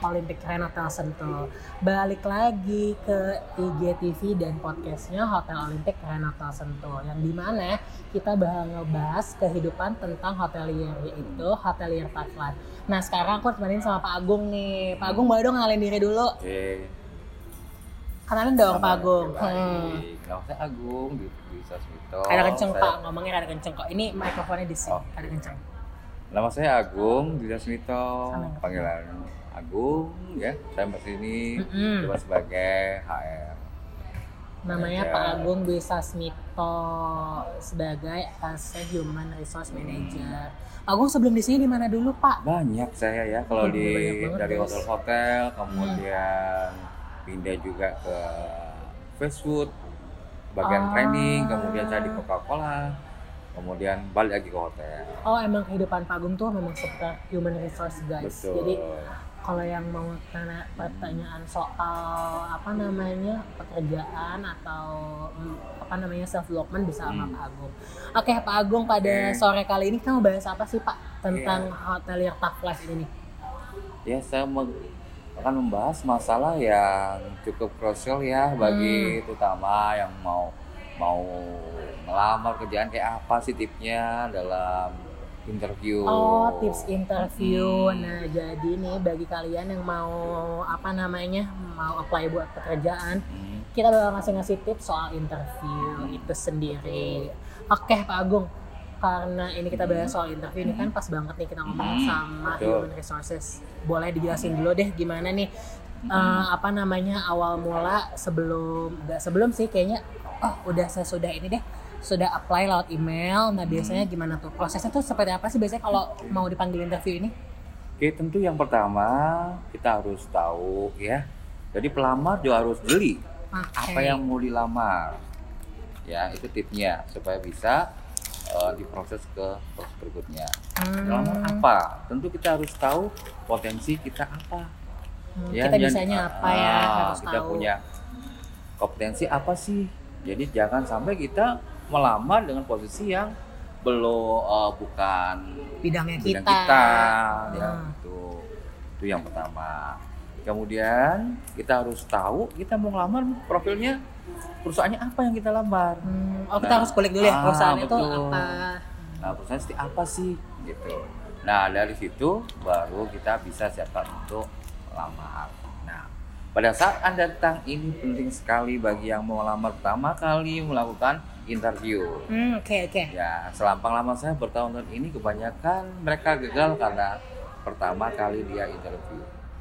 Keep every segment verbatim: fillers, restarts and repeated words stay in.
Olympic Grand Hotel Sentul. Balik lagi ke I G T V dan podcastnya Hotel Olympic Grand Hotel Sentul, yang dimana kita bakal ngebahas kehidupan tentang hotelier, yaitu hotelier Tough Life. Nah sekarang aku temenin sama Pak Agung nih. Pak Agung boleh dong kenalin diri dulu. Oke. Kenalin dong Pak Agung. Hmm. Nama saya Agung di Bisa Smito. Ada kenceng saya... Pak, ngomongnya ada kenceng kok. Ini mikrofonnya di sini, oh. ada kenceng. Nama saya Agung Bisa Smito, panggilan Agung ya. Saya masih ini mm-hmm. coba sebagai H R. Namanya ya. Pak Agung Bisa Smito sebagai as a Human Resource Manager. Pak Agung sebelum di sini di mana dulu Pak? Banyak saya ya kalau hmm, di banget, dari guys. hotel-hotel, kemudian hmm. pindah juga ke fast food, bagian ah. training, kemudian saya di Coca-Cola, kemudian balik lagi ke hotel. Oh emang kehidupan Pak Agung tuh memang seperti human resource guys. Betul. Jadi kalau yang mau tanya pertanyaan soal apa namanya pekerjaan atau apa namanya self development bisa sama hmm. Pak Agung. Oke Pak Agung, pada okay. sore kali ini kita mau bahas apa sih Pak tentang yeah. hotelier Tough Life ini? Ya saya mau akan membahas masalah yang cukup krusial ya bagi hmm. terutama yang mau mau melamar kerjaan, kayak apa sih tipsnya dalam interview. Oh, tips interview. Hmm. Nah, jadi nih bagi kalian yang mau apa namanya mau apply buat pekerjaan, hmm. kita bakal ngasih-ngasih tips soal interview hmm. itu sendiri. Oke Pak Agung, karena ini kita bahas soal interview ini kan pas banget nih kita ngomong sama Betul. Human Resources. Boleh dijelasin dulu deh gimana nih uh, apa namanya awal mula sebelum enggak sebelum sih kayaknya oh udah sesudah ini deh sudah apply lewat email. Nah biasanya gimana tuh prosesnya tuh seperti apa sih biasanya kalau mau dipanggil interview ini? Oke, tentu yang pertama kita harus tahu ya. Jadi pelamar juga harus jeli okay. apa yang mau dilamar. Ya itu tipsnya supaya bisa uh, diproses ke proses berikutnya. Hmm. Melamar apa? Tentu kita harus tahu potensi kita apa. Hmm, ya, kita bisanya apa ya ah, harus kita tahu. punya kompetensi apa sih? Jadi jangan sampai kita melamar dengan posisi yang belum uh, bukan bidangnya bidang kita, kita hmm. ya itu itu yang pertama. Kemudian kita harus tahu kita mau ngelamar profilnya perusahaannya apa yang kita lamar. Hmm. Oh kita nah, harus kulik dulu ya perusahaan ah, itu apa? Nah perusahaan seperti apa sih gitu. Nah dari situ baru kita bisa siapkan untuk melamar. Nah pada saat Anda datang ini penting sekali bagi yang mau melamar pertama kali melakukan interview. Oke hmm, oke. Okay, okay. Ya, selama pengalaman saya bertahun-tahun ini kebanyakan mereka gagal karena pertama kali dia interview.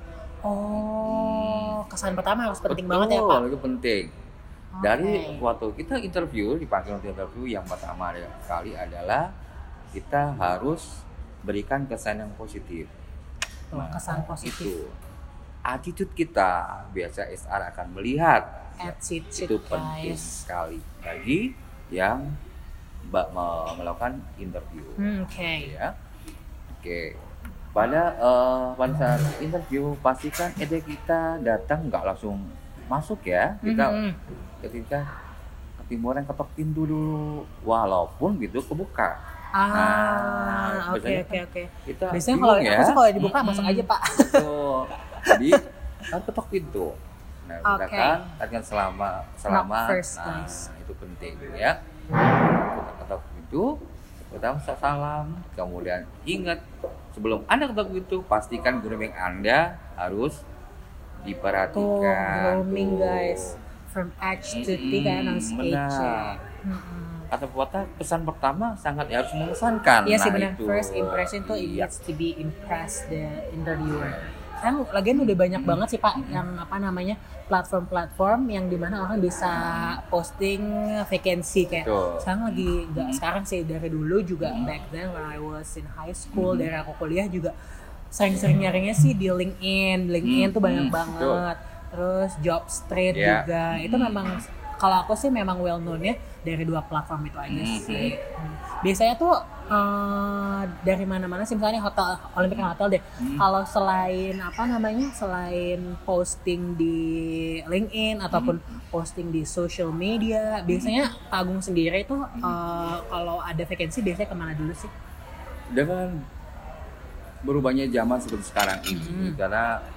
Oh, hmm. kesan pertama harus penting Betul, banget ya Pak. Itu penting. Okay. Dari waktu kita interview, dipanggil untuk interview, yang pertama kali adalah kita harus berikan kesan yang positif. Oh, nah, kesan positif. Itu attitude kita biasa S R akan melihat. Attitude, itu penting guys. sekali bagi yang mbak melakukan interview. Hmm, Oke. Okay. Ya. Oke. Okay. Pada uh, pada saat interview pastikan ide kita datang nggak langsung masuk ya. Kita mm-hmm. ketika ketimuran ketok pintu dulu, walaupun gitu kebuka. Ah, oke oke oke. Biasanya kalau ya, kalau dibuka mm-hmm. masuk aja Pak. Betul. Jadi harus ketok pintu. Nah, okay. kan kan selama selama first, nah guys. itu penting ya. Kita ketok pintu, pertama salam, kemudian ingat sebelum Anda ketok pintu pastikan grooming Anda harus diperhatikan. Tuh, grooming tuh. Guys, from edge to T kan harus edge. Kata pepatah pesan pertama sangat ya harus mengesankan. Iya sih nah, benar. itu. First impression tuh it iya. needs to be impress the interviewer. Kan lagian udah banyak banget sih Pak yang apa namanya platform-platform yang dimana orang bisa posting vacancy kayak Tuh. sekarang lagi nggak mm-hmm. sekarang sih dari dulu juga mm-hmm. back then when I was in high school mm-hmm. dari aku kuliah juga sering-sering nyarinya sih di LinkedIn LinkedIn mm-hmm. tuh banyak banget Tuh. Terus Jobstreet yeah. juga itu memang kalau aku sih memang well known ya dari dua platform itu aja mm-hmm. sih. Hmm. Biasanya tuh uh, dari mana-mana sih misalnya hotel Olympic Hotel deh. Mm-hmm. Kalau selain apa namanya selain posting di LinkedIn ataupun mm-hmm. posting di social media, biasanya Pak Agung sendiri itu uh, kalau ada vacancy biasanya kemana dulu sih? Dengan berubahnya zaman seperti sekarang ini mm-hmm. karena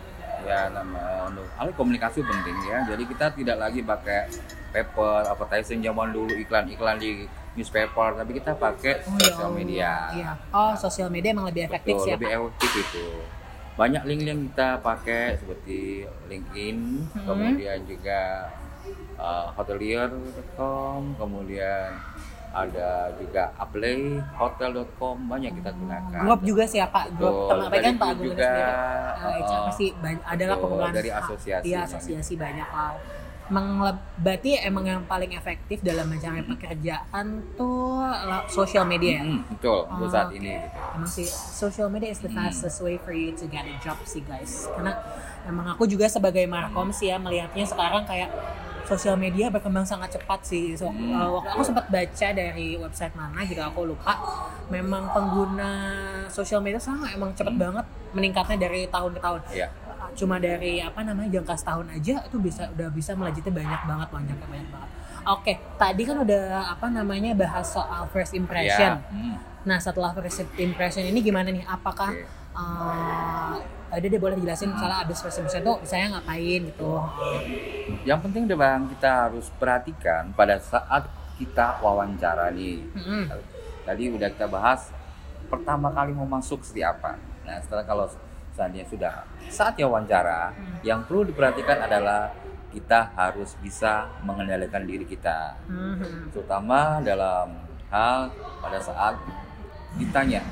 ya nama untuk alih komunikasi penting ya. Jadi kita tidak lagi pakai paper advertising zaman dulu, iklan-iklan di newspaper, tapi kita pakai Oh, ya sosial Allah. media. Iya. Oh, sosial media emang lebih efektif Betul, sih ya, lebih Pak. efektif itu. Banyak link yang kita pakai seperti LinkedIn, Hmm. kemudian juga uh, hotelier dot com, kemudian ada juga apply hotel dot com, banyak kita gunakan. Grup juga sih ya Pak, grup Betul, teman apa dari kan Pak grup Agung juga, sendiri. Uh, H R uh, pasti banyak, adalah betul, penggunaan dari hak. asosiasi. Iya, asosiasi banyak lah. Emang leb- berarti emang yang paling efektif dalam mencari pekerjaan tuh la- social media ya? Hmm, betul, untuk Oh, saat oke. ini gitu. Emang sih social media is the Hmm. fastest way for you to get a job sih guys. Karena emang aku juga sebagai markom sih ya melihatnya sekarang kayak sosial media berkembang sangat cepat sih. So, Hmm. uh, waktu aku sempat baca dari website mana gitu aku lupa. Memang pengguna sosial media sekarang emang cepet Hmm. banget meningkatnya dari tahun ke tahun. Iya. Cuma dari apa namanya jangka setahun aja itu bisa udah bisa melejitnya banyak banget lonjaknya banyak banget. Oke, tadi kan udah apa namanya bahas soal first impression. Iya. Hmm. Nah setelah first impression ini gimana nih? Apakah Oke. uh, ada deh boleh dijelasin misalnya abis first impression tuh saya ngapain gitu? Yang penting deh Bang, kita harus perhatikan pada saat kita wawancara nih. Mm-mm. Tadi udah kita bahas pertama kali mau masuk seperti apa. Nah setelah kalau seandainya sudah saatnya wawancara, Hmm. yang perlu diperhatikan adalah kita harus bisa mengendalikan diri kita, Mhm. terutama dalam hal pada saat ditanya,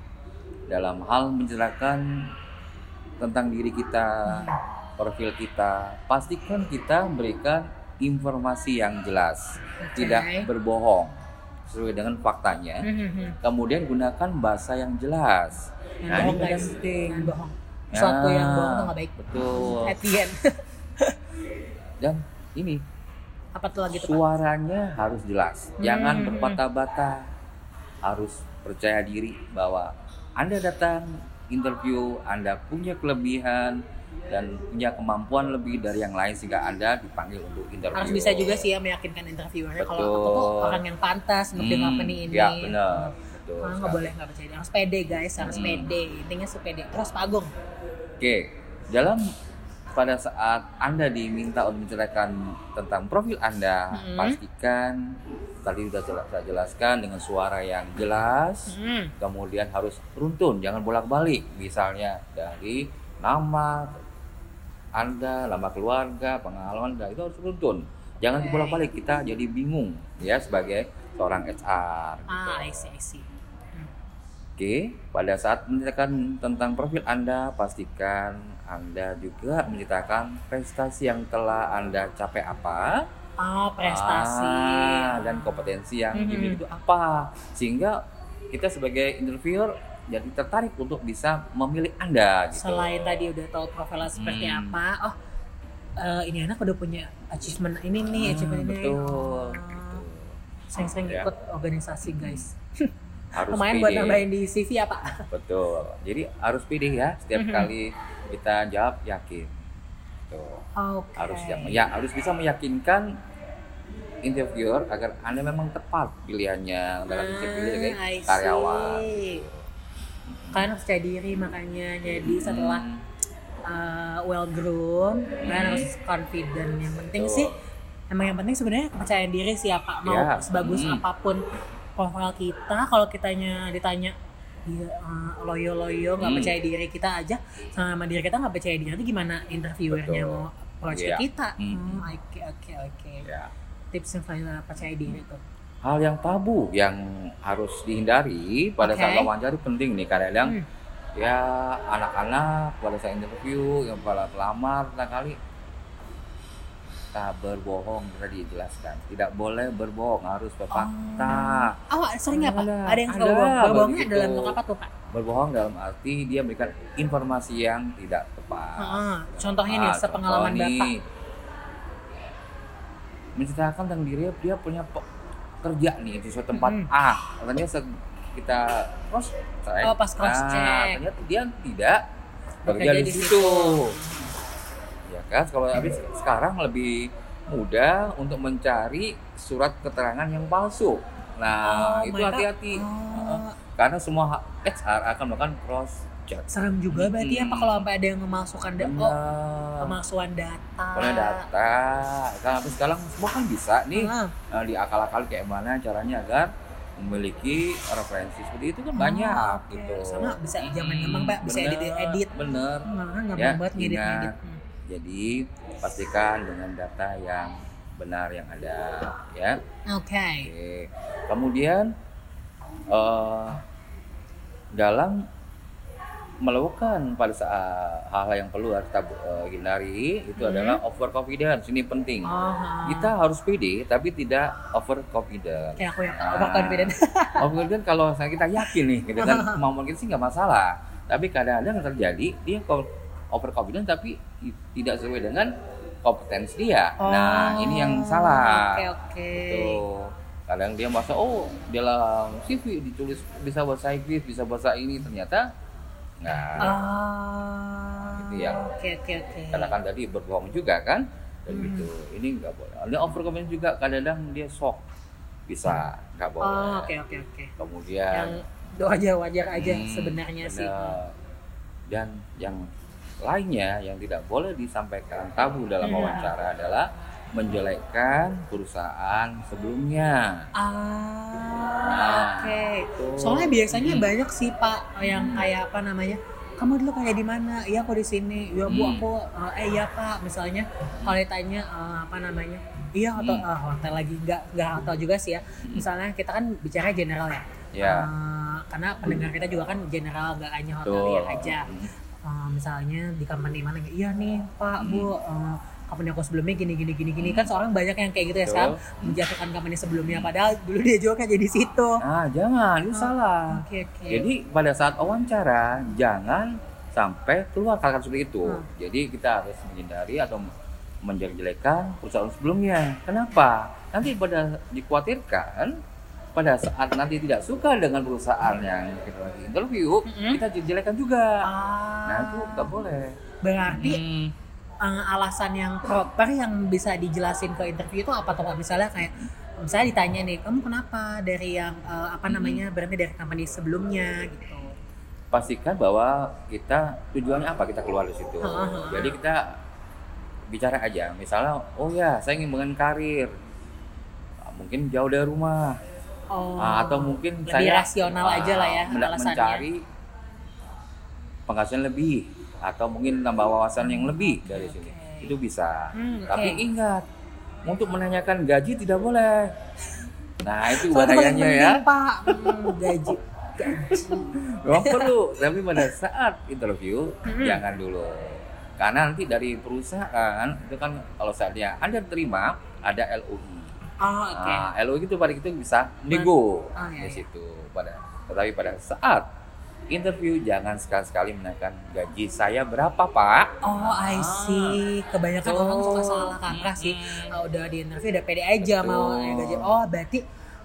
dalam hal menjelaskan tentang diri kita, profil kita, pastikan kita memberikan informasi yang jelas, Oke. tidak berbohong sesuai dengan faktanya. Mhm. Kemudian gunakan bahasa yang jelas. Yang Nah, ini bohong guys, penting. jangan bohong. Suatu Ya, yang bohong tuh nggak baik. Betul. At the end. Dan ini Apa tuh lagi tuh Pak? suaranya harus jelas, jangan Hmm. berpatah-patah, harus percaya diri bahwa Anda datang interview, Anda punya kelebihan dan punya kemampuan lebih dari yang lain sehingga Anda dipanggil untuk interview. Harus bisa juga sih ya meyakinkan interviewernya kalau aku tuh Betul. orang yang pantas untuk di Hmm, company ini. ya, benar. Betul Ah, nggak sekali. boleh nggak percaya diri. Harus pede guys, harus Hmm. pede. Intinya sepede. Terus Pak Agung. Oke, dalam pada saat Anda diminta untuk menceritakan tentang profil Anda, Hmm. pastikan tadi sudah jelas- saya jelaskan dengan suara yang jelas, Hmm. kemudian harus runtun, jangan bolak-balik. Misalnya dari nama Anda, nama keluarga, pengalaman Anda itu harus runtun. Jangan Oke. dibolak-balik, kita jadi bingung ya sebagai seorang H R. gitu. Ah, I see, I see. Hmm. Oke, pada saat menceritakan tentang profil Anda, pastikan Anda juga menceritakan prestasi yang telah Anda capai apa, Ah, prestasi. ah, dan kompetensi yang Mhm. dimiliki itu apa, sehingga kita sebagai interviewer jadi tertarik untuk bisa memilih Anda. Gitu. Selain tadi udah tahu profilnya seperti Hmm. apa, oh eh, ini anak udah punya achievement ini nih, Hmm, achievement ini. betul, Oh, betul. Sering-sering Ya. ikut organisasi guys. Harus Lumayan buat pede. nambahin di C V ya Pak. Betul. Jadi harus pede ya setiap Mhm. kali kita jawab yakin. Tuh. Oke. Harus yang ya harus bisa meyakinkan interviewer agar Anda memang tepat pilihannya dalam interview sebagai Ah, I see. karyawan. Kalian harus percaya diri makanya jadi setelah Hmm, uh, well groom kalian Hmm. harus confident. Yang penting Betul. sih emang yang penting sebenarnya kepercayaan diri sih ya Pak. Mau Ya. sebagus Hmm. apapun profil kita, kalau kitanya ditanya dia uh, loyo-loyo nggak Hmm. percaya diri kita aja sama diri kita nggak percaya diri itu gimana interviewernya Betul. mau approach Iya. ke kita. Hmm. Hmm, oke oke oke. ya. Tips yang paling percaya diri tuh. Hal yang tabu yang harus dihindari pada Oke. saat wawancara penting nih kadang-kadang Hmm. ya anak-anak pada saat interview yang pada pelamar barangkali tak berbohong tadi dijelaskan, tidak boleh berbohong, harus berfakta. Oh, sering nggak Pak? Ada. Ada yang suka Ada, berbohong. Berbohongnya begitu. dalam bentuk apa tuh Pak? Berbohong dalam arti dia memberikan informasi yang tidak tepat. Heeh. Contohnya nih, Ah, sepengalaman contoh Bapak. nih, menceritakan tentang diri dia punya pe- kerja nih di suatu tempat Mm-mm. A, katanya se- kita cross check. Oh, pas cross check. Nah, ternyata dia tidak bekerja Bekerja di di situ. Ya kan, kalau habis sekarang lebih mudah untuk mencari surat keterangan yang palsu. Nah, Oh, itu mereka- hati-hati. oh. Heeh. Karena semua H R akan melakukan cross dipecat. Serem juga berarti Hmm. apa kalau sampai ada yang memalsukan data? Oh, Benar. pemalsuan data. Karena data, kan sampai sekarang semua kan bisa nih Ah. uh, diakal-akal kayak mana caranya agar memiliki referensi seperti itu kan Oh, banyak oke. gitu. Sama bisa zaman gampang Pak, bisa Bener, edit-edit. Bener. Nah, gampang Ya, banget ngedit-ngedit. ingat. Hmm. Jadi pastikan dengan data yang benar yang ada ya. Oke. Oke. Kemudian uh, dalam melakukan pada saat hal-hal yang perlu harus kita uh, hindari itu Hmm. adalah over confidence. Ini penting. Oh, Kita harus pede tapi tidak over confident. kayak aku ya, Nah, overconfident. over confident kalau saya kita yakin nih, gitu kan kemampuan kita sih nggak masalah. Tapi kadang-kadang terjadi dia kalau over confident tapi i- tidak sesuai dengan kompetensi dia. Nah, ini yang salah. Oke, oke. Gitu. Kadang dia merasa oh dalam C V ditulis bisa bahasa Inggris, bisa bahasa ini, ternyata nggak. Ah. Itu yang- Oke, oke, oke. Karena kan tadi berbohong juga kan, dan Hmm. gitu. Ini nggak boleh. Dia overconfident juga kadang-kadang dia shock, bisa nggak boleh. Oh, oke, oke, oke. Kemudian Yang wajar-wajar aja hmm, sebenarnya sih. benar. Dan yang lainnya yang tidak boleh disampaikan tabu dalam Hmm. wawancara adalah menjelekkan perusahaan sebelumnya. Ah, Nah, oke. itu. Soalnya biasanya Hmm. banyak sih Pak yang kayak apa namanya? Kamu dulu kayak di mana? Iya aku di sini. Ya Bu Hmm. aku uh, eh iya Pak misalnya kalau ditanya uh, apa namanya? Iya atau Hmm. uh, hotel lagi nggak nggak hotel juga sih ya. Misalnya kita kan bicara general ya. Ya. Uh, karena pendengar kita juga kan general nggak hanya hotel Betul. ya aja. Uh, misalnya di company mana? Iya nih Pak Bu. Uh, company aku sebelumnya gini gini gini gini kan seorang banyak yang kayak gitu ya sekarang menjatuhkan company sebelumnya padahal dulu dia juga kan jadi situ. Nah, jangan, itu salah. Oke oke. Jadi pada saat wawancara jangan sampai keluar kata-kata seperti itu. Hmm. Jadi kita harus menghindari atau menjelek-jelekan perusahaan sebelumnya. Kenapa? Nanti pada dikhawatirkan pada saat nanti tidak suka dengan perusahaan yang kita lagi interview, Mm-mm. kita jelekan juga. Ah, Nah itu nggak boleh. berarti Hmm. eh, alasan yang proper yang bisa dijelasin ke interview itu apa tuh Pak? Misalnya kayak misalnya ditanya nih kamu kenapa dari yang eh, apa namanya berarti dari company sebelumnya gitu. Pastikan bahwa kita tujuannya apa kita keluar dari situ. Ha-ha. Jadi kita bicara aja. Misalnya, oh ya saya ingin dengan karir, Ah, mungkin jauh dari rumah. Oh, Ah, atau mungkin lebih saya rasional ah, aja lah ya men- alasannya. mencari penghasilan lebih atau mungkin tambah wawasan yang lebih dari sini. Oke. Itu bisa. Hmm, Tapi oke. ingat, untuk menanyakan gaji tidak boleh. Nah, itu Soalnya paling bahayanya penting, ya. Pak. Hmm, gaji. Gaji. Memang perlu, tapi pada saat interview Hmm. jangan dulu. Karena nanti dari perusahaan itu kan kalau saatnya Anda terima ada L O I. Oh, oke. Nah, L O I itu pada itu bisa nego Oh, iya, di iya. situ. Pada, tetapi pada saat interview jangan sekali-sekali menanyakan gaji saya berapa Pak. Oh, I see. Kebanyakan Betul. orang suka salah kaprah sih. Ah, udah di interview udah pede aja Betul. mau nanya gaji. Oh, berarti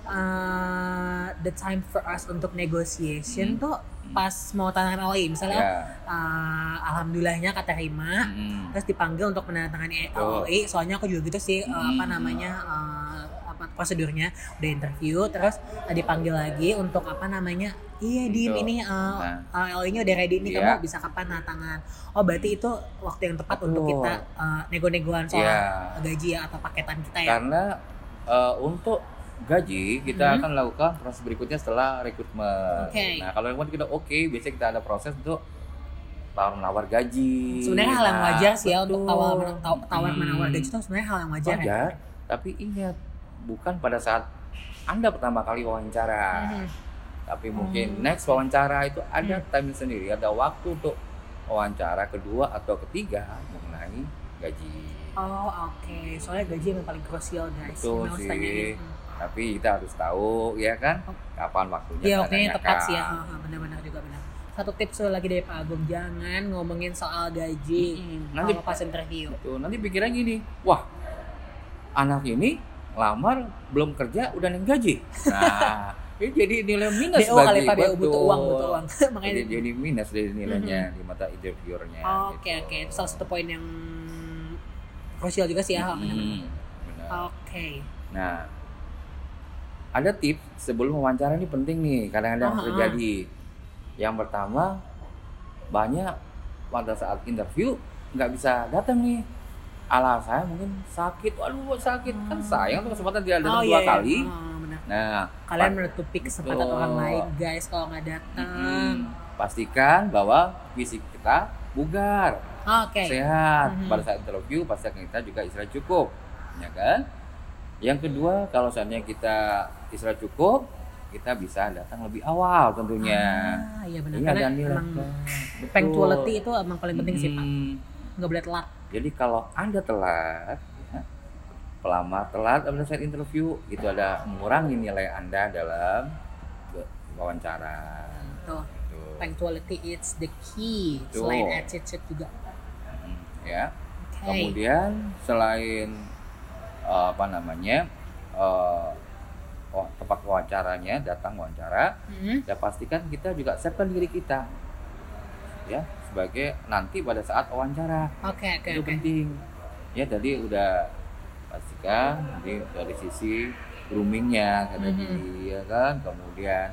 uh, the time for us untuk negotiation Hmm. tuh pas mau tantangan L O I. Misalnya, Ya. uh, alhamdulillahnya keterima, Mm. terus dipanggil untuk menandatangani L O I. Soalnya aku juga gitu sih, uh, apa Hmm. namanya, uh, apa prosedurnya udah interview, terus uh, dipanggil lagi untuk apa namanya, iya Dim Betul. ini uh, Nah. uh, L O I-nya udah ready nih, Iya. kamu bisa kapan tanda tangan? Oh berarti itu waktu yang tepat untuk Betul. kita uh, nego-negoan soal Iya. gaji ya atau paketan kita ya. Karena eh, untuk gaji kita Hmm. akan lakukan proses berikutnya setelah rekrutmen. Oke. Nah kalau rekrutmen kita oke, biasanya kita ada proses untuk tawar menawar gaji. Sebenarnya hal yang Nah, wajar sih ya untuk betul. tawar taw- tawar menawar Hmm. gaji itu sebenarnya hal yang wajar, ya. Wajar, tapi ingat bukan pada saat Anda pertama kali wawancara. Mhm. Tapi mungkin Hmm. next wawancara itu ada Hmm. time sendiri, ada waktu untuk wawancara kedua atau ketiga mengenai gaji. Oh oke, soalnya gaji yang paling krusial guys. Betul Yang harus sih. tanyain. Hmm. Tapi kita harus tahu ya kan Oh. kapan waktunya. Iya kita waktunya yang tepat nanyakan. sih ya, Ah, ah, benar-benar juga benar. Satu tips lagi dari Pak Agung, jangan ngomongin soal gaji Mm-mm. Nanti kalau pas interview. tuh, nanti pikirannya gini, wah anak ini lamar belum kerja udah neng gaji. Nah ini jadi nilai minus B O kali bagi Pak, B O butuh betul. uang, butuh uang. Makanya Jadi, jadi minus dari nilainya di mata interviewernya. Oke gitu. oke, itu salah satu poin yang krusial juga sih ya. Mm-mm. benar-benar. Benar. Oke. Nah, ada tips sebelum wawancara ini penting nih, kadang-kadang Ah, ah. terjadi. Yang pertama, banyak pada saat interview nggak bisa datang nih. Ala saya mungkin sakit, waduh sakit kan sayang tuh kesempatan dia datang Oh, dua iya, iya. kali. Oh, benar. Nah, Kalian pa- menutupi kesempatan Betul. orang lain guys kalau nggak datang. Hmm, pastikan bahwa fisik kita bugar, Oke. sehat. Mhm. Pada saat interview pastikan kita juga istirahat cukup, ya kan? Yang kedua, kalau seandainya kita istirahat cukup, kita bisa datang lebih awal tentunya. Ah, iya benar. Ini Karena ada nilai. emang Betul. punctuality itu emang paling penting sih Pak. Hmm, Nggak boleh telat. Jadi kalau Anda telat, ya, pelamar telat pada saat interview, itu ada mengurangi nilai Anda dalam wawancara. Tuh. Tuh. Punctuality it's the key. Betul. Selain attitude juga. Hmm, ya. Oke. Kemudian selain eh, apa namanya eh, oh, tempat wawancaranya, datang wawancara, Mhm. ya pastikan kita juga siapkan diri kita, ya sebagai nanti pada saat wawancara. Oke, oke, Itu oke. penting. Ya tadi udah pastikan jadi dari sisi groomingnya kata Mhm. Didi, ya kan. Kemudian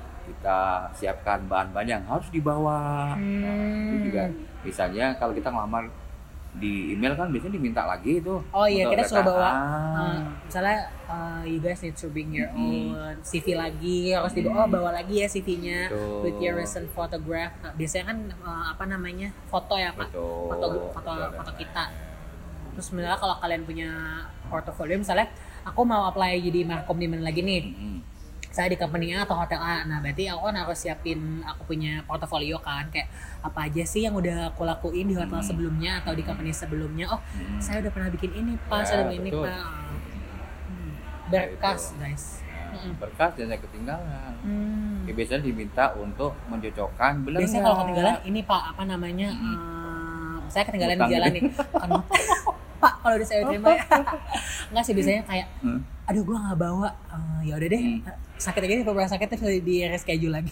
kita siapkan bahan-bahan yang harus dibawa. Nah, itu juga misalnya kalau kita ngelamar di email kan biasanya diminta lagi itu. Oh iya, untuk kita suruh bawa rekaan. uh, misalnya uh, you guys need to bring your Hmm. own C V lagi, harus dibawa, oh bawa lagi ya C V-nya Betul. with your recent photograph. Nah, biasanya kan uh, apa namanya foto ya Pak, Betul. foto foto Betul, foto dan kita. lain-lain. Terus misalnya kalau kalian punya portofolio, misalnya aku mau apply jadi markom di mana lagi nih, Mm-mm. saya di company A atau hotel A, nah berarti aku kan harus siapin aku punya portofolio kan, kayak apa aja sih yang udah aku lakuin di hotel Hmm. sebelumnya atau di company sebelumnya. Oh Hmm. saya udah pernah bikin ini Pak, Ya, saya udah bikin ini betul. Pak. Hmm. Berkas Itu. guys. Nah, Mm-mm. berkas jangan ketinggalan. Hmm. Ya, biasanya diminta untuk mencocokkan benar Biasanya kalau ketinggalan ini Pak apa namanya? Hmm. eh, saya ketinggalan Utang di jalan gitu. nih. Bukan utang. Pak kalau udah saya terima ya. Enggak sih, biasanya kayak Hmm. aduh gua nggak bawa. Eh, ya udah deh. Hmm. Sakit aja nih, beberapa sakit terus di reschedule lagi.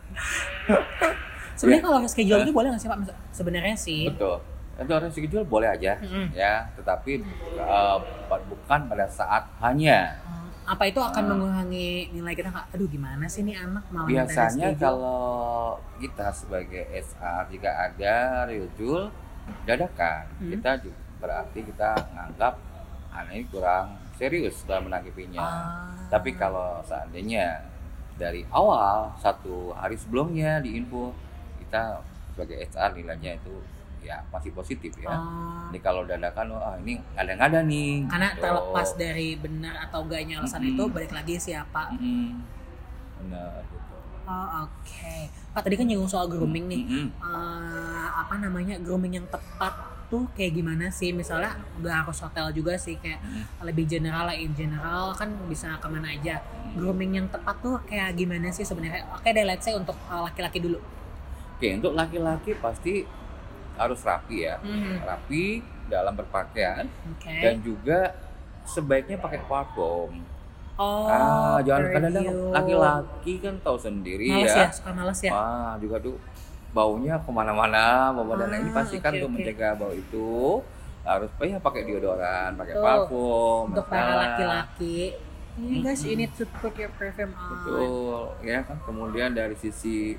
Sebenarnya kalau reschedule itu boleh nggak sih Pak? Maksud- Sebenarnya sih. Betul. Itu orang schedule boleh aja, Mm-mm. ya. Tetapi eh, bukan pada saat hanya. Eh, apa itu akan Ah. mengurangi nilai kita nggak? Aduh gimana sih nih anak malah minta Biasanya reschedule? kalau kita sebagai H R jika ada schedule dadakan, Hmm. kita juga berarti kita menganggap anak ini kurang serius dalam menanggapinya. Ah. Tapi kalau seandainya dari awal satu hari sebelumnya diinfo, kita sebagai H R nilainya itu ya masih positif ya. Ah. Jadi kalau dadakan, oh, ah, ini ngada-ngada nih. Karena gitu. terlepas dari benar atau enggaknya alasan Mm-mm. itu, balik lagi siapa. Mm-mm. Benar gitu. Oh oke. Pak tadi kan nyinggung soal grooming nih. Mm-mm. Eh, apa namanya grooming yang tepat tuh kayak gimana sih? Misalnya nggak harus hotel juga sih, kayak Mm-mm. lebih general lah, in general kan bisa kemana aja. Grooming yang tepat tuh kayak gimana sih sebenarnya? Oke deh, let's say untuk uh, laki-laki dulu. Oke, untuk laki-laki pasti harus rapi ya. Hmm. Rapi dalam berpakaian Oke. dan juga sebaiknya pakai parfum. Oh, ah, jangan kadang-kadang perfume. laki-laki kan tahu sendiri Males ya. ya, suka males ya. Wah, juga tuh baunya kemana-mana, bau badan. Ah, Ini pasti kan oke, untuk oke. mencegah bau itu harus ya pakai deodoran, pakai Tuh, parfum. Untuk para masalah. laki-laki, ini guys, you Mm-mm. need to put your perfume on. Betul, ya kan. Kemudian dari sisi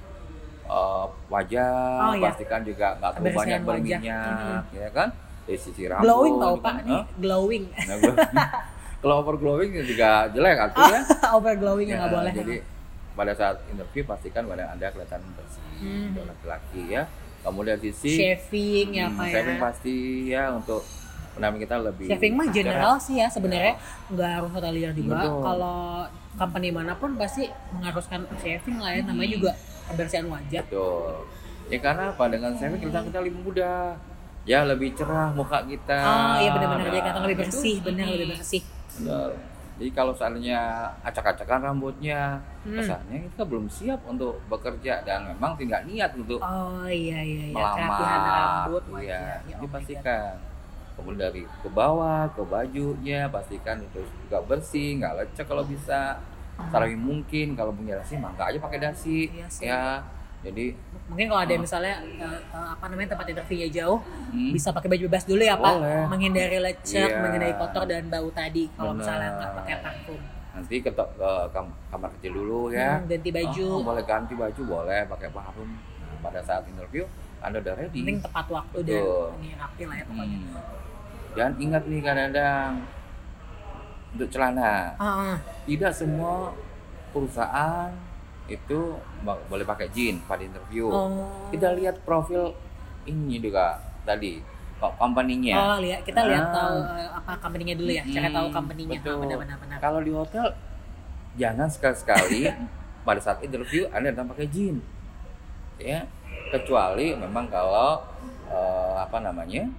uh, wajah, Oh, iya. pastikan juga nggak terlalu Kebersihan banyak wajah. berminyak, ya kan. Dari sisi rambut. Glowing tau gitu Pak kan. nih, Hah? glowing. Nah, gua, kalau over glowing juga jelek artinya. Over glowing yang nggak Ya, boleh. Jadi pada saat interview pastikan badan Anda kelihatan bersih Hmm. untuk laki-laki ya. Kemudian sisi Shaving ya hmm, Pak ya. shaving pasti ya untuk penampilan kita lebih Shaving mah cerah. general sih ya sebenarnya, nggak harus hotelier juga. Betul. Kalau company manapun pasti mengharuskan shaving lah ya, namanya Hmm. juga kebersihan wajah. Betul. Ya karena apa? Dengan shaving kita kita lebih muda. Ya lebih cerah muka kita. Oh iya benar-benar Nah, dia kata lebih itu, bersih, benar hmm, lebih bersih. benar. Jadi kalau seandainya acak-acakan rambutnya, Hmm. kesannya kita belum siap untuk bekerja dan memang tidak niat untuk Oh iya iya iya, melamar. kerapihan rambut wajah. Iya, Ya, jadi oh my God. pastikan. Kemudian dari ke bawah ke bajunya pastikan itu juga bersih, nggak lecek kalau bisa. Selama mungkin kalau punya dasi mangga aja pakai dasi. Iya sih. Ya. Jadi Mungkin kalau ada Oh. misalnya eh, eh, apa namanya tempat interviewnya jauh, hmm, bisa pakai baju bebas dulu ya Pak, Boleh. menghindari lecek, Iya. menghindari kotor dan bau tadi. Kalau Benar. misalnya nggak pakai parfum. nanti ke, to- ke kam- kamar kecil dulu ya. Hmm, ganti baju. Oh, boleh ganti baju, boleh pakai parfum. Nah, pada saat interview Anda udah ready. Penting tepat waktu dan ini rapi lah ya pokoknya. Hmm. Dan ingat nih kadang-kadang untuk celana, uh-uh. tidak semua perusahaan itu boleh pakai jeans pada interview. Oh. Kita lihat profil ini juga tadi, kok company-nya. Oh, lihat kita lihat nah. tahu apa company-nya dulu ya, cara hmm, tahu company-nya. Betul. Benar-benar. Kalau di hotel jangan sekali-sekali pada saat interview Anda datang pakai jeans. Ya, kecuali memang kalau uh, apa namanya?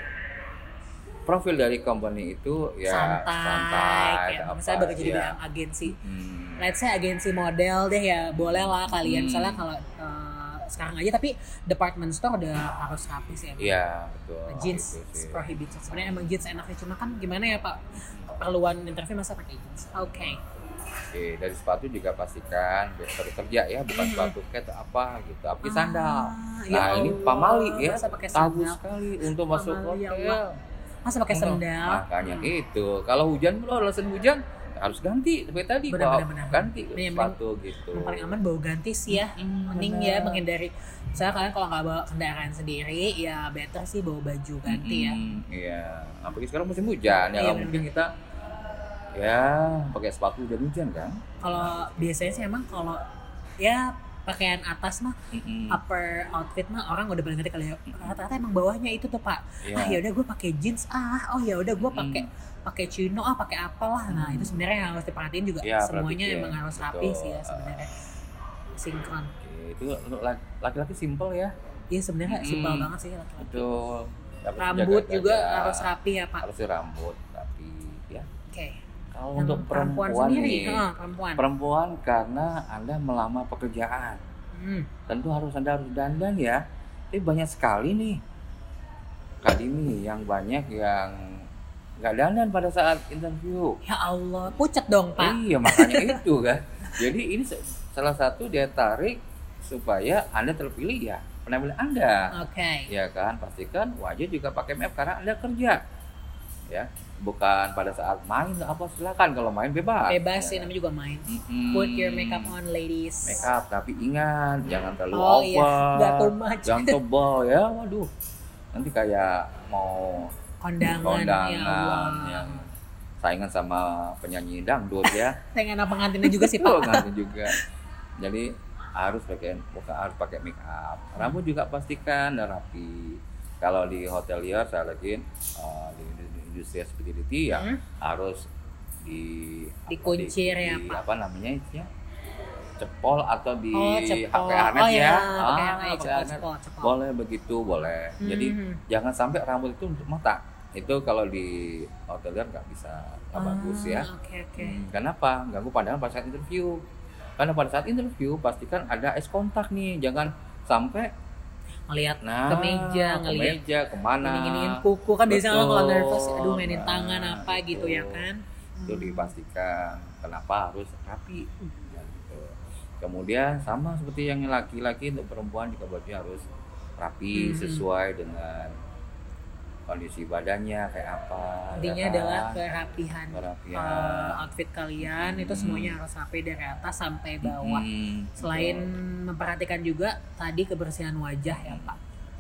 Profil dari company itu ya santai, santai kayak misalnya bekerja di bidang agensi, hmm. let's say agensi model deh ya, boleh lah kalian. Hmm. Misalnya kalau uh, sekarang aja, tapi department store udah harus rapi sih. Iya betul. Jeans gitu prohibited. Sebenarnya emang jeans enaknya, cuma kan gimana ya Pak, perluan interview masa pakai jeans. Oke. Okay. Oke, dari sepatu juga pastikan sepatu kerja ya, bukan hmm. sepatu kayak apa gitu, tapi ah, sandal. Nah ya ini pamali ya, tabu sekali untuk pamali, masuk hotel. Ya masa pakai sendal? Makanya hmm. itu. Kalau hujan, lo alasan hujan harus ganti. Seperti tadi, benar, bawa benar, ganti benar. sepatu gitu. Yang paling aman bawa ganti sih ya. Hmm, mending benar. Ya menghindari. Misalnya kalian kalau nggak bawa kendaraan sendiri, ya better sih bawa baju ganti hmm, ya. Iya. Apalagi sekarang musim hujan, ya nggak mungkin kita ya pakai sepatu hujan-hujan kan? Kalau biasanya sih emang kalau ya pakaian atas mah, mm-hmm. upper outfit mah orang udah paling ngerti kali ya. Rata-rata emang bawahnya itu tuh Pak. Yeah. Ah ya udah gue pakai jeans ah, oh ya udah gue pakai mm-hmm. pakai chino ah, pakai apalah. Nah, mm-hmm. itu sebenarnya yang harus diperhatiin juga. Yeah, semuanya emang harus rapi sih ya sebenarnya. Sinkron. Okay. Itu untuk laki-laki simple ya. Iya sebenarnya mm-hmm. simpel banget sih laki-laki. Betul. Rambut juga harus rapi ya Pak. Harus rambut rapi ya. Oke. Okay. Kalau untuk perempuan, perempuan nih, ha, perempuan. perempuan karena Anda melamar pekerjaan, hmm. tentu harus Anda harus dandan ya. Tapi banyak sekali nih, Kadimi yang banyak yang nggak dandan pada saat interview. Ya Allah, pucat dong Pak. Iya makanya itu kan. Jadi ini salah satu dia tarik supaya Anda terpilih ya penampilan Anda. Oke. Okay. Ya kan, pastikan wajah juga pakai make up karena Anda kerja. Ya, bukan pada saat main apa silakan, kalau main bebas. Bebas ya. Sih namanya juga main. Mm-hmm. Put your makeup on ladies. Makeup tapi ingat jangan terlalu oh, over. Iya. Gak too much. Jangan tebal ya, waduh. Nanti kayak mau kondangan, kondangan ya yang saingan sama penyanyi dangdut ya. Saingan apa pengantinnya juga sih Pak. Pengantin juga. Jadi harus pakai bukan harus pakai makeup. Rambut juga pastikan dan rapi. Kalau di hotelier saya lagi uh, di industri hospitality ya hmm? harus di dikuncir di, ya di, Pak. Apa namanya ya? Cepol atau di oh, cepol. pakai harness oh, ya. ya. Ah, pakai cepol, cepol, cepol. Boleh begitu, boleh. Hmm. Jadi jangan sampai rambut itu untuk mata. Itu kalau di hotelier nggak bisa nggak ah, bagus ya. Okay, okay. Hmm, kenapa? Ganggu pandangan pada saat interview. Karena pada saat interview pastikan ada eye contact nih. Jangan sampai ngelihat nah, ke meja, ngelihat ke meja kemana, nginiin kuku kan biasanya kalau nervous, aduh mainin nah, tangan apa betul. Gitu ya kan. Itu hmm. dipastikan kenapa harus rapi. Ya, gitu. Kemudian sama seperti yang laki-laki, untuk perempuan juga bajunya harus rapi hmm. sesuai dengan kondisi badannya kayak apa. Intinya ya adalah kan? kerapihan, kerapihan. Uh, outfit kalian hmm. itu semuanya harus rapi dari atas sampai bawah. Hmm. Selain betul. Memperhatikan juga tadi kebersihan wajah ya Pak.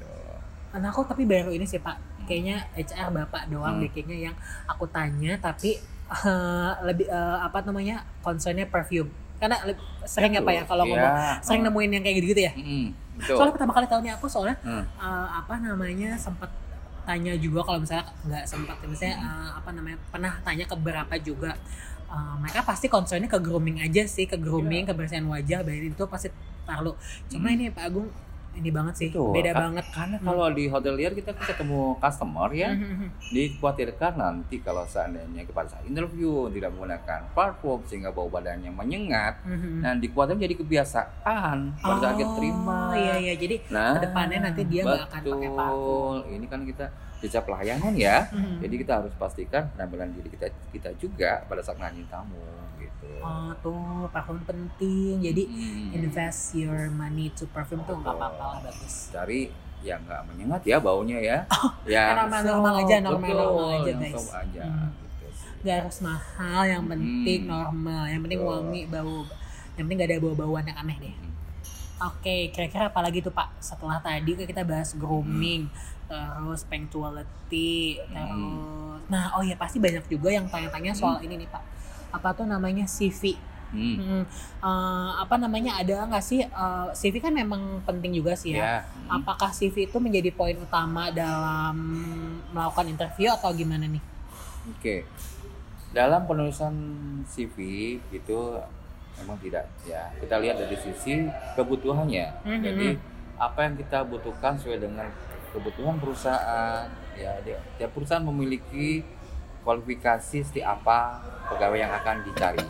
Betul. Nah aku tapi baru ini sih Pak, kayaknya H R Bapak doang hmm. kayaknya yang aku tanya, tapi uh, lebih uh, apa namanya concernnya perfume. Karena sering apa ya kalau ngomong ya. Sering nemuin yang kayak gitu-gitu ya. Hmm. Soalnya pertama kali tahunya aku soalnya hmm. uh, apa namanya sempat tanya juga kalau misalnya nggak sempat misalnya uh, apa namanya pernah tanya ke beberapa juga uh, mereka pasti concernnya ke grooming aja sih, ke grooming, yeah. kebersihan wajah, baik itu pasti taruh. Cuma hmm. ini Pak Agung ini banget sih, betul. Beda Ka- banget karena hmm. kalau di hotelier kita ketemu customer ya, hmm. dikhawatirkan nanti kalau seandainya pada saat interview tidak menggunakan parfum sehingga bau badannya menyengat, hmm. dan dikhawatirkan jadi kebiasaan pada saat kita terima. Iya iya, jadi nah, kedepannya nanti dia nggak akan pakai parfum. Ini kan kita jasa pelayanan ya, hmm. jadi kita harus pastikan penampilan diri kita kita juga pada saat ngajin tamu gitu. Oh tuh parfum penting, jadi hmm. invest your money to perfume tuh nggak apa-apa lah, bagus. Cari yang nggak menyengat ya baunya ya, oh, ya normal-normal aja, normal-normal aja guys. Yang aja. Hmm. Gitu. Gak harus mahal, yang penting hmm. normal, yang penting betul. Wangi, bau, yang penting gak ada bau-bauan yang aneh deh. Oke, kira-kira apa lagi tuh Pak? Setelah tadi kita bahas grooming, hmm. terus punctuality, terus hmm. nah oh ya pasti banyak juga yang tanya-tanya soal hmm. ini nih Pak. Apa tuh namanya C V? Hmm. Hmm. Uh, apa namanya ada nggak sih uh, C V kan memang penting juga sih ya. Yeah. Hmm. Apakah C V itu menjadi poin utama dalam melakukan interview atau gimana nih? Oke, okay. Dalam penulisan C V itu memang tidak ya. Kita lihat dari sisi kebutuhannya. Mm-hmm. Jadi apa yang kita butuhkan sesuai dengan kebutuhan perusahaan. Ya, tiap perusahaan memiliki kualifikasi seperti apa pegawai yang akan dicari.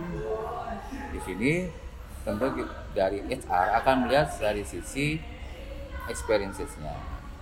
Di sini tentu dari H R akan melihat dari sisi experiences-nya.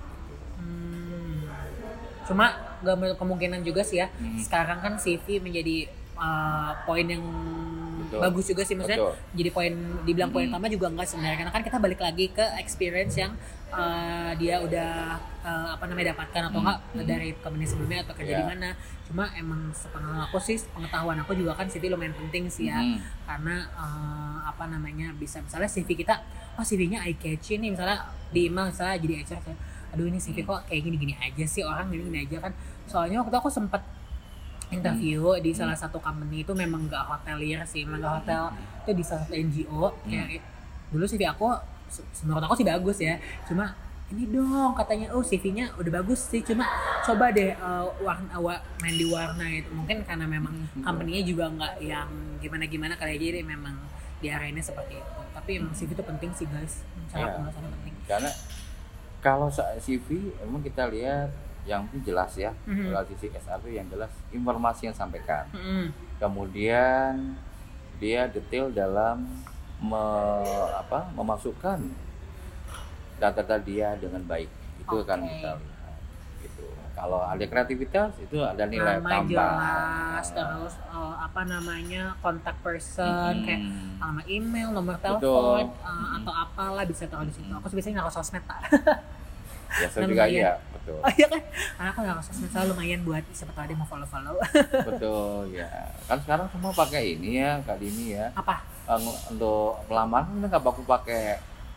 Hmm. Cuma gak menutup kemungkinan juga sih ya. Hmm. Sekarang kan C V menjadi uh, poin yang betul. Bagus juga sih maksudnya. Betul. Jadi poin dibilang poin hmm. utama juga enggak sebenarnya karena kan kita balik lagi ke experience yang uh, dia udah uh, apa namanya dapatkan atau enggak hmm. dari company sebelumnya atau kerja yeah. di mana. Cuma emang sepengetahuan aku sih, pengetahuan aku juga kan C V lumayan penting sih ya. Hmm. Karena uh, apa namanya bisa misalnya C V kita, oh C V-nya eye catchy nih misalnya di email misalnya jadi H R kayak, aduh ini C V kok kayak gini-gini aja sih orang gini-gini aja kan. Soalnya waktu aku sempat interview hmm. di salah satu company itu memang gak hotelier sih, memang gak hotel itu di salah satu N G O hmm. kayak dulu C V aku menurut aku sih bagus ya, cuma ini dong katanya oh C V-nya udah bagus sih cuma coba deh uh, warna wa, main di warna itu mungkin karena memang company-nya juga nggak yang gimana-gimana kali aja jadi memang diarahinnya seperti itu, tapi emang C V itu penting sih guys, cara ya, penulisannya penting karena kalau C V emang kita lihat yang jelas ya, mm-hmm. kalau sisi S R itu yang jelas informasi yang sampaikan. Mm-hmm. Kemudian dia detail dalam me, apa, memasukkan data-data dia dengan baik. Itu okay. kan kita lihat. Gitu. Kalau ada kreativitas itu ada nilai nama tambah. Jelas, terus uh, apa namanya kontak person, mm-hmm. kayak nama email, nomor telepon, uh, mm-hmm. atau apalah bisa taruh di situ. Aku biasanya naruh sosmed tak. Ya, saya juga iya, betul. Oh iya kan, karena aku nggak sosmed selalu lumayan buat siapa tahu dia mau follow-follow. Betul ya, kan sekarang semua pakai ini ya, Kak Dini ya. Apa? Untuk lamaran kita nggak baku pakai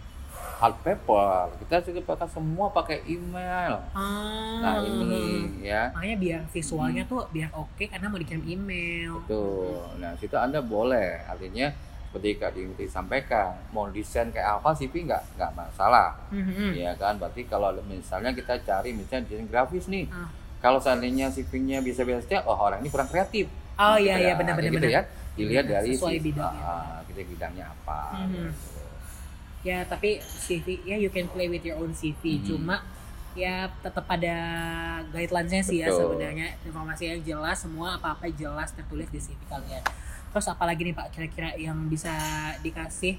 hard paper, kita juga pakai semua pakai email. Ah, nah ini ya. Makanya biar visualnya hmm. tuh biar oke okay, karena mau dikirim email. Betul. Nah situ Anda boleh, artinya seperti Kak Dini sampaikan, mau desain kayak apa C V nggak nggak masalah, mm-hmm. ya kan. Berarti kalau misalnya kita cari misalnya desain grafis nih, uh. kalau seandainya C V-nya bisa-bisa saja, oh orang ini kurang kreatif. Oh iya iya benar-benar. Gitu ya, dilihat benar, dari sesuai bidangnya. Uh, kita bidangnya apa. Mm-hmm. Gitu. Ya tapi C V ya you can play with your own C V, mm-hmm. cuma ya tetap ada guidelines-nya sih ya sebenarnya, informasi yang jelas, semua apa-apa jelas tertulis di C V kalian. Terus apalagi nih Pak kira-kira yang bisa dikasih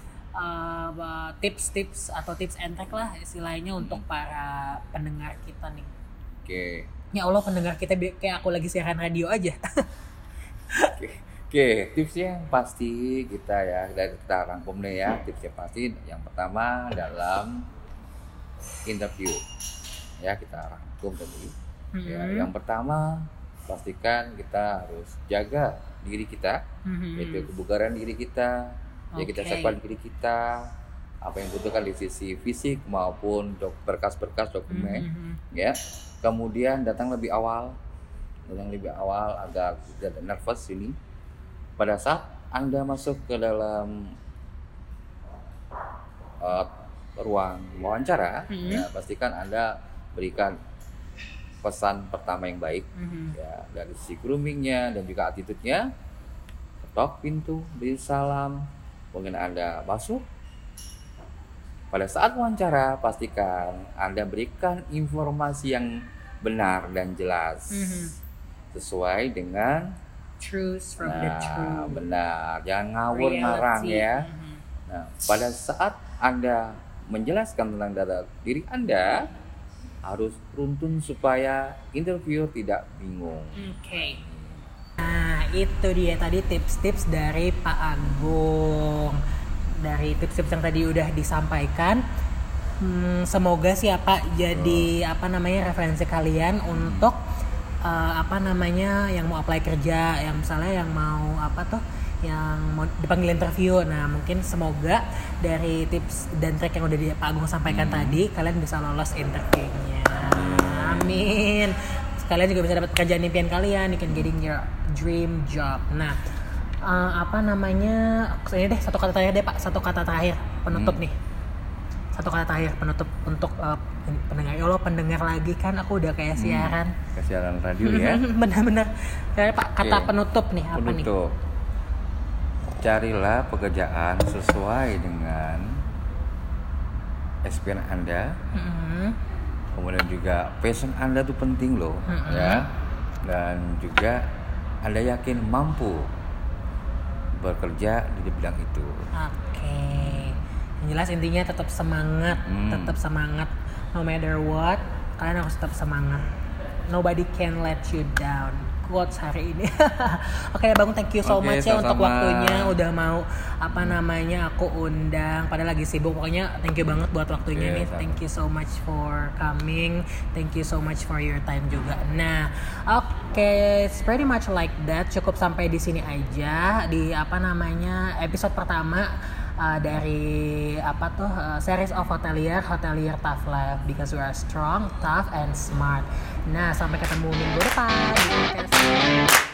uh, tips-tips atau tips and trick lah istilahnya hmm. untuk para pendengar kita nih. Oke. Okay. Ya Allah pendengar kita kayak aku lagi siaran radio aja. Oke. Okay. Okay. Tipsnya yang pasti kita ya dari kita rangkum nih ya. Tipsnya pasti yang pertama dalam interview ya kita rangkum tadi. Hmm. Ya, yang pertama pastikan kita harus jaga diri kita, mm-hmm. yaitu kebugaran diri kita, okay. ya kita siapkan diri kita, apa yang dibutuhkan di sisi fisik maupun dok, berkas-berkas dokumen, mm-hmm. ya. Kemudian datang lebih awal, datang lebih awal agar tidak nervous ini. Pada saat Anda masuk ke dalam uh, ruang wawancara, mm-hmm. ya pastikan Anda berikan pesan pertama yang baik, mm-hmm. ya dari sisi groomingnya dan juga attitude-nya. Ketok pintu, beri salam, mungkin Anda masuk. Pada saat wawancara pastikan Anda berikan informasi yang benar dan jelas, mm-hmm. sesuai dengan truth from nah, the truth. Benar, jangan ngawur ngarang ya. Mm-hmm. Nah, pada saat Anda menjelaskan tentang data diri Anda, harus runtun supaya interviewer tidak bingung. Oke. Okay. Nah, itu dia tadi tips-tips dari Pak Agung. Dari tips-tips yang tadi udah disampaikan, hmm, semoga sih ya Pak jadi oh. apa namanya referensi kalian hmm. untuk uh, apa namanya yang mau apply kerja, yang misalnya yang mau apa tuh yang mau dipanggil interview. Nah mungkin semoga dari tips dan trik yang udah Pak Agung sampaikan hmm. tadi kalian bisa lolos interviewnya. Amin. Kalian juga bisa dapat kerjaan impian kalian, you can getting your dream job. Nah uh, apa namanya, ini deh satu kata terakhir deh Pak, satu kata terakhir penutup hmm. nih. Satu kata terakhir penutup untuk uh, pendengar. Ya Allah, pendengar lagi kan aku udah kayak siaran. Hmm, kayak siaran radio ya. Benar-benar. Kayak Pak, kata okay. penutup nih apa penutup. nih? Carilah pekerjaan sesuai dengan experience Anda. Mm-hmm. Kemudian juga passion Anda tuh penting loh, mm-hmm. ya. Dan juga Anda yakin mampu bekerja di bidang itu. Oke. Okay. Yang jelas intinya tetap semangat, hmm. tetap semangat. No matter what, kalian harus tetap semangat. Nobody can let you down. Quotes hari ini. Oke okay, Bang, thank you so okay, much ya untuk waktunya. Udah mau apa namanya aku undang. Padahal lagi sibuk. Pokoknya thank you banget buat waktunya okay, nih. Sama. Thank you so much for coming. Thank you so much for your time juga. Nah, oke, okay, it's pretty much like that. Cukup sampai di sini aja di apa namanya episode pertama. Uh, dari apa tuh uh, series of Hotelier, Hotelier Tough Life, because we are strong, tough, and smart. Nah, sampai ketemu minggu depan di podcast.